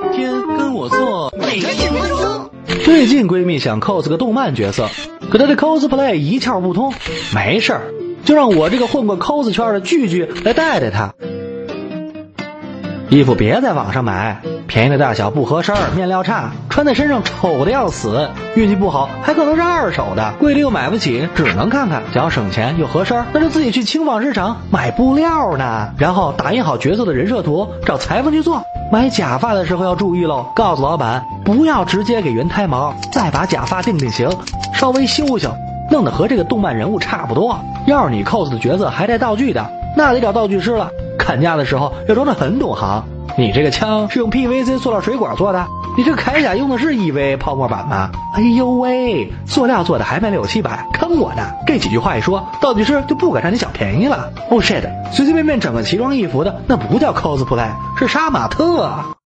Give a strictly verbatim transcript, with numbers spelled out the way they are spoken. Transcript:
天跟我做每日几分钟。 最近闺蜜想 cos 个动漫角色，可她的 cosplay 一窍不通。没事儿，就让我这个混过 cos 圈的句句来带带她。衣服别在网上买，便宜的大小不合身，面料差，穿在身上丑的要死，运气不好还可能是二手的，贵的又买不起，只能看看，想要省钱又合身，那就自己去轻纺市场买布料呢，然后打印好角色的人设图，找裁缝去做。买假发的时候要注意喽，告诉老板不要直接给原胎毛，再把假发定定型，稍微修修，弄得和这个动漫人物差不多。要是你 cos 的角色还带道具的，那得找道具师了，砍价的时候要装得很懂行。你这个枪是用 P V C 塑料水管做的，你这铠甲用的是 E V A 泡沫板吗？哎呦喂，塑料做的还卖六七百，坑我呢！这几句话一说，道具师就不敢占你小便宜了。Oh shit， 随随便便整个奇装异服的，那不叫 cosplay，是杀马特。